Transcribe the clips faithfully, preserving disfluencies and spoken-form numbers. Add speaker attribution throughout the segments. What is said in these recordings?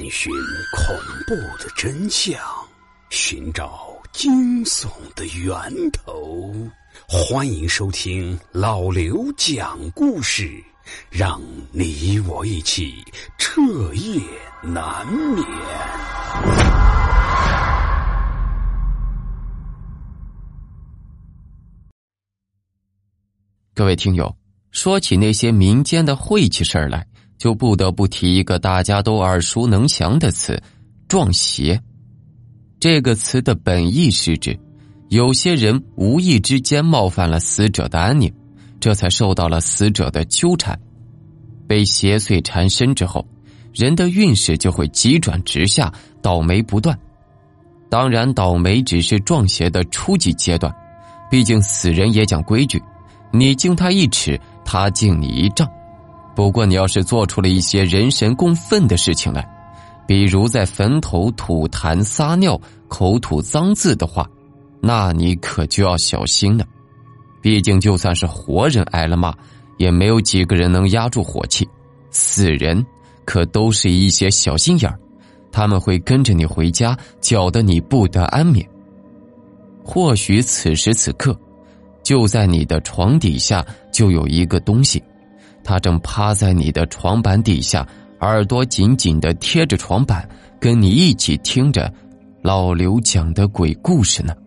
Speaker 1: 寻恐怖的真相，寻找惊悚的源头。欢迎收听老刘讲故事，让你我一起彻夜难眠。
Speaker 2: 各位听友，说起那些民间的晦气事儿来，就不得不提一个大家都耳熟能详的词——撞邪。这个词的本意是指有些人无意之间冒犯了死者的安宁，这才受到了死者的纠缠。被邪祟缠身之后，人的运势就会急转直下，倒霉不断。当然，倒霉只是撞邪的初级阶段，毕竟死人也讲规矩，你敬他一尺，他敬你一丈。不过你要是做出了一些人神共愤的事情来，比如在坟头吐痰撒尿口吐脏字的话，那你可就要小心了。毕竟就算是活人挨了骂，也没有几个人能压住火气，死人可都是一些小心眼儿，他们会跟着你回家，搅得你不得安眠。或许此时此刻就在你的床底下就有一个东西，他正趴在你的床板底下，耳朵紧紧地贴着床板，跟你一起听着老刘讲的鬼故事呢。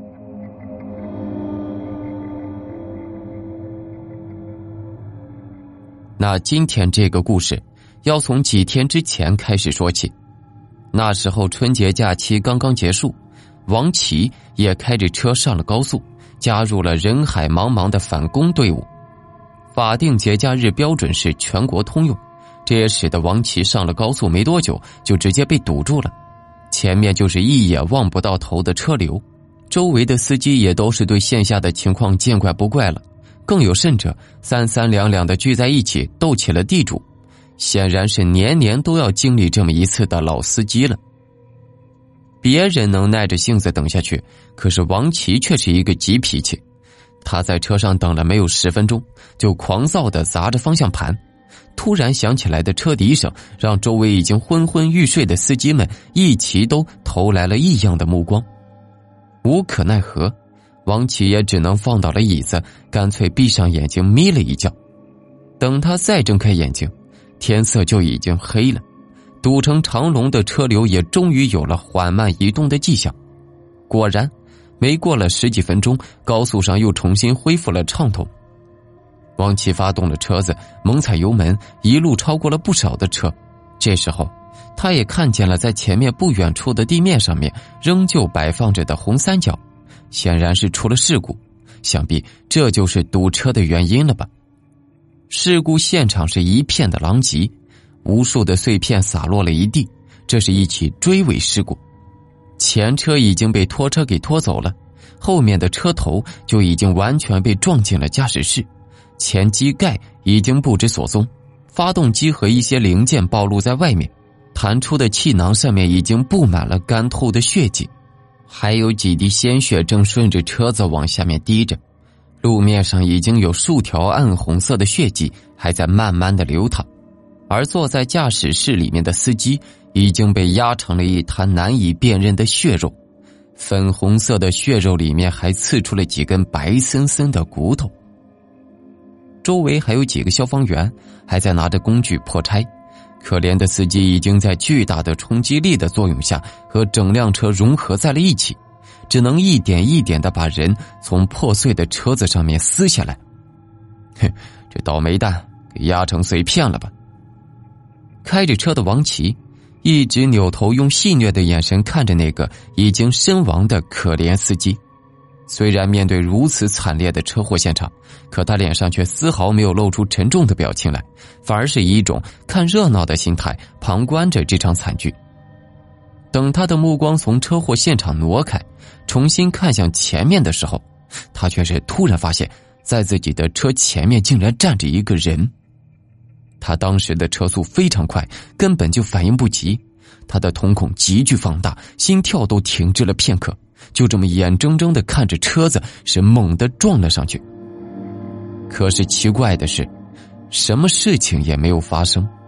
Speaker 2: 那今天这个故事要从几天之前开始说起。那时候春节假期刚刚结束，王琦也开着车上了高速，加入了人海茫茫的返工队伍。法定节假日标准是全国通用，这也使得王琦上了高速没多久就直接被堵住了。前面就是一眼望不到头的车流，周围的司机也都是对线下的情况见怪不怪了，更有甚者三三两两的聚在一起斗起了地主，显然是年年都要经历这么一次的老司机了。别人能耐着性子等下去，可是王琦却是一个急脾气。他在车上等了没有十分钟，就狂躁地砸着方向盘。突然响起来的车笛声，让周围已经昏昏欲睡的司机们一齐都投来了异样的目光。无可奈何，王琦也只能放倒了椅子，干脆闭上眼睛眯了一觉。等他再睁开眼睛，天色就已经黑了，堵成长龙的车流也终于有了缓慢移动的迹象。果然没过了十几分钟，高速上又重新恢复了畅通。王琦发动了车子，猛踩油门，一路超过了不少的车。这时候他也看见了在前面不远处的地面上面仍旧摆放着的红三角，显然是出了事故，想必这就是堵车的原因了吧。事故现场是一片的狼藉，无数的碎片洒落了一地，这是一起追尾事故。前车已经被拖车给拖走了，后面的车头就已经完全被撞进了驾驶室，前机盖已经不知所踪，发动机和一些零件暴露在外面，弹出的气囊上面已经布满了干透的血迹，还有几滴鲜血正顺着车子往下面滴着，路面上已经有数条暗红色的血迹还在慢慢的流淌，而坐在驾驶室里面的司机已经被压成了一滩难以辨认的血肉，粉红色的血肉里面还刺出了几根白森森的骨头。周围还有几个消防员还在拿着工具破拆，可怜的司机已经在巨大的冲击力的作用下和整辆车融合在了一起，只能一点一点地把人从破碎的车子上面撕下来。哼，这倒霉蛋给压成碎片了吧。开着车的王琦一直扭头用戏谑的眼神看着那个已经身亡的可怜司机。虽然面对如此惨烈的车祸现场，可他脸上却丝毫没有露出沉重的表情来，反而是以一种看热闹的心态旁观着这场惨剧。等他的目光从车祸现场挪开，重新看向前面的时候，他却是突然发现在自己的车前面竟然站着一个人。他当时的车速非常快，根本就反应不及，他的瞳孔急剧放大，心跳都停滞了片刻，就这么眼睁睁地看着车子是猛地撞了上去。可是奇怪的是，什么事情也没有发生，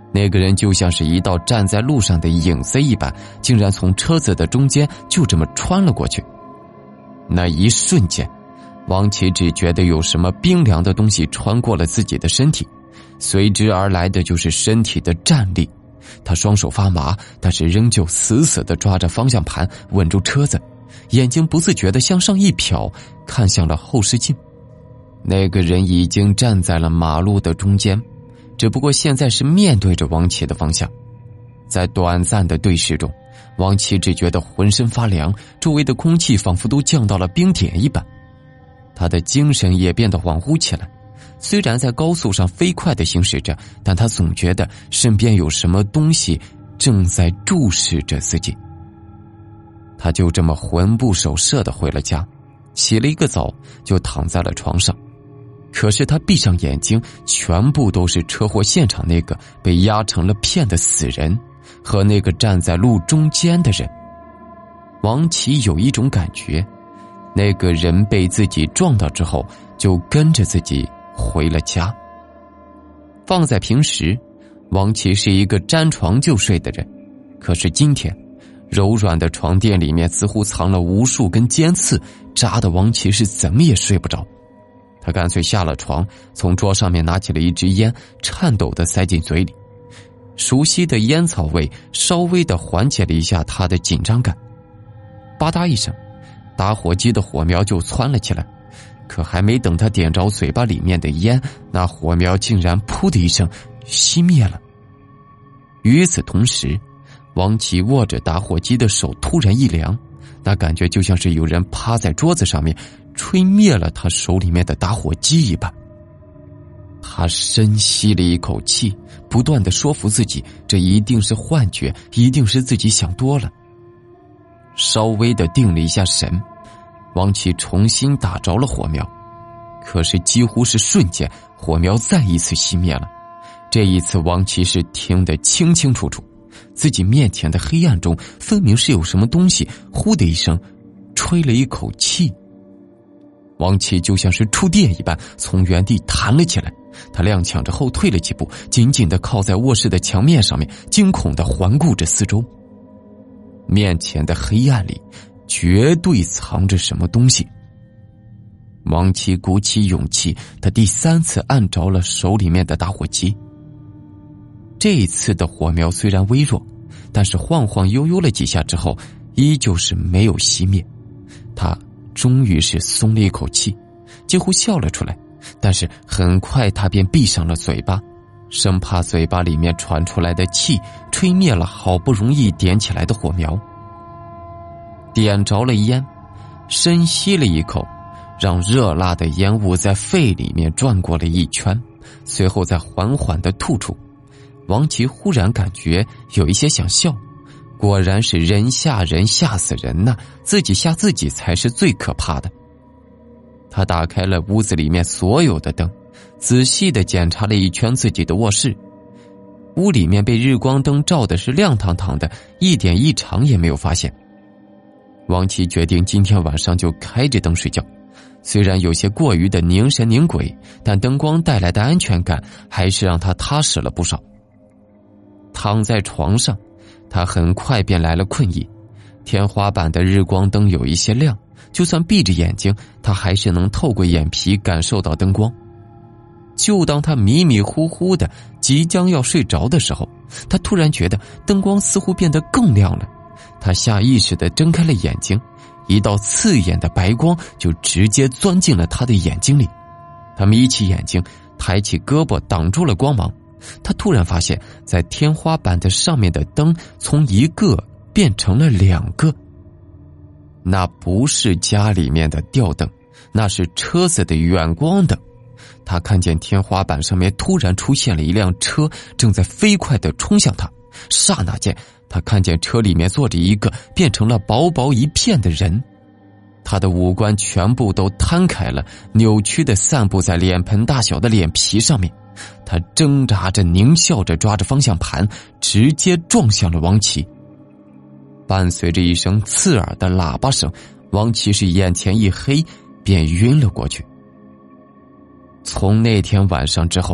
Speaker 2: 那个人就像是一道站在路上的影子一般，竟然从车子的中间就这么穿了过去。那一瞬间，王琦只觉得有什么冰凉的东西穿过了自己的身体，随之而来的就是身体的战栗。他双手发麻，但是仍旧死死地抓着方向盘，稳住车子，眼睛不自觉地向上一瞟，看向了后视镜。那个人已经站在了马路的中间，只不过现在是面对着王琦的方向。在短暂的对视中，王琦只觉得浑身发凉，周围的空气仿佛都降到了冰点一般。他的精神也变得恍惚起来，虽然在高速上飞快地行驶着，但他总觉得身边有什么东西正在注视着自己。他就这么魂不守舍地回了家，洗了一个澡就躺在了床上。可是他闭上眼睛，全部都是车祸现场那个被压成了片的死人和那个站在路中间的人。王琦有一种感觉，那个人被自己撞到之后就跟着自己回了家。放在平时，王琦是一个沾床就睡的人，可是今天柔软的床垫里面似乎藏了无数根尖刺，扎得王琦是怎么也睡不着。他干脆下了床，从桌上面拿起了一支烟，颤抖地塞进嘴里。熟悉的烟草味稍微地缓解了一下他的紧张感。吧嗒一声，打火机的火苗就窜了起来，可还没等他点着嘴巴里面的烟，那火苗竟然噗的一声熄灭了。与此同时，王琦握着打火机的手突然一凉，那感觉就像是有人趴在桌子上面吹灭了他手里面的打火机一般。他深吸了一口气，不断地说服自己，这一定是幻觉，一定是自己想多了。稍微地定了一下神，王琦重新打着了火苗，可是几乎是瞬间，火苗再一次熄灭了。这一次王琦是听得清清楚楚，自己面前的黑暗中分明是有什么东西呼的一声吹了一口气。王琦就像是触电一般从原地弹了起来，他踉跄着后退了几步，紧紧地靠在卧室的墙面上面，惊恐地环顾着四周。面前的黑暗里绝对藏着什么东西。王琦鼓起勇气，他第三次按着了手里面的打火机。这一次的火苗虽然微弱，但是晃晃悠悠了几下之后，依旧是没有熄灭。他终于是松了一口气，几乎笑了出来，但是很快他便闭上了嘴巴，生怕嘴巴里面传出来的气吹灭了好不容易点起来的火苗。点着了烟，深吸了一口，让热辣的烟雾在肺里面转过了一圈，随后再缓缓地吐出。王琦忽然感觉有一些想笑，果然是人吓人吓死人呐、啊，自己吓自己才是最可怕的。他打开了屋子里面所有的灯，仔细地检查了一圈自己的卧室。屋里面被日光灯照的是亮堂堂的，一点异常也没有发现。王琦决定今天晚上就开着灯睡觉，虽然有些过于的凝神凝鬼，但灯光带来的安全感还是让他踏实了不少。躺在床上，他很快便来了困意。天花板的日光灯有一些亮，就算闭着眼睛，他还是能透过眼皮感受到灯光。就当他迷迷糊糊的即将要睡着的时候，他突然觉得灯光似乎变得更亮了。他下意识地睁开了眼睛，一道刺眼的白光就直接钻进了他的眼睛里。他眯起眼睛，抬起胳膊挡住了光芒。他突然发现，在天花板的上面的灯从一个变成了两个。那不是家里面的吊灯，那是车子的远光灯。他看见天花板上面突然出现了一辆车，正在飞快地冲向他。刹那间，他看见车里面坐着一个变成了薄薄一片的人，他的五官全部都摊开了，扭曲地散布在脸盆大小的脸皮上面。他挣扎着狞笑着抓着方向盘，直接撞向了王琦。伴随着一声刺耳的喇叭声，王琦是眼前一黑，便晕了过去。从那天晚上之后，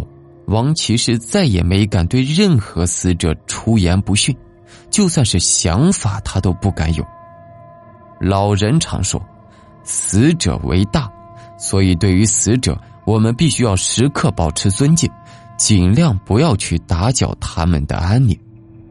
Speaker 2: 王琦是再也没敢对任何死者出言不逊，就算是想法他都不敢有。老人常说，死者为大，所以对于死者，我们必须要时刻保持尊敬，尽量不要去打搅他们的安宁。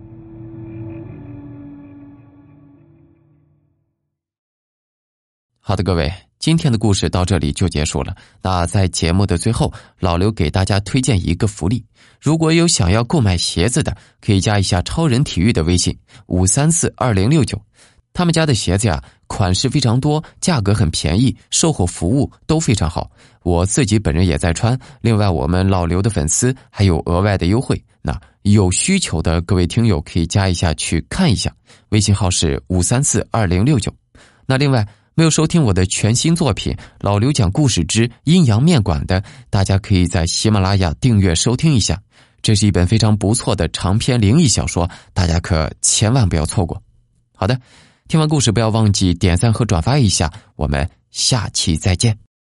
Speaker 2: 好的，各位，今天的故事到这里就结束了。那在节目的最后，老刘给大家推荐一个福利，如果有想要购买鞋子的，可以加一下超人体育的微信五三四二零六九，他们家的鞋子呀，款式非常多，价格很便宜，售后服务都非常好，我自己本人也在穿，另外我们老刘的粉丝还有额外的优惠，那有需求的各位听友可以加一下去看一下，微信号是五三四二零六九。那另外没有收听我的全新作品《老刘讲故事之阴阳面馆》的，大家可以在喜马拉雅订阅收听一下，这是一本非常不错的长篇灵异小说，大家可千万不要错过。好的，听完故事不要忘记点赞和转发一下，我们下期再见。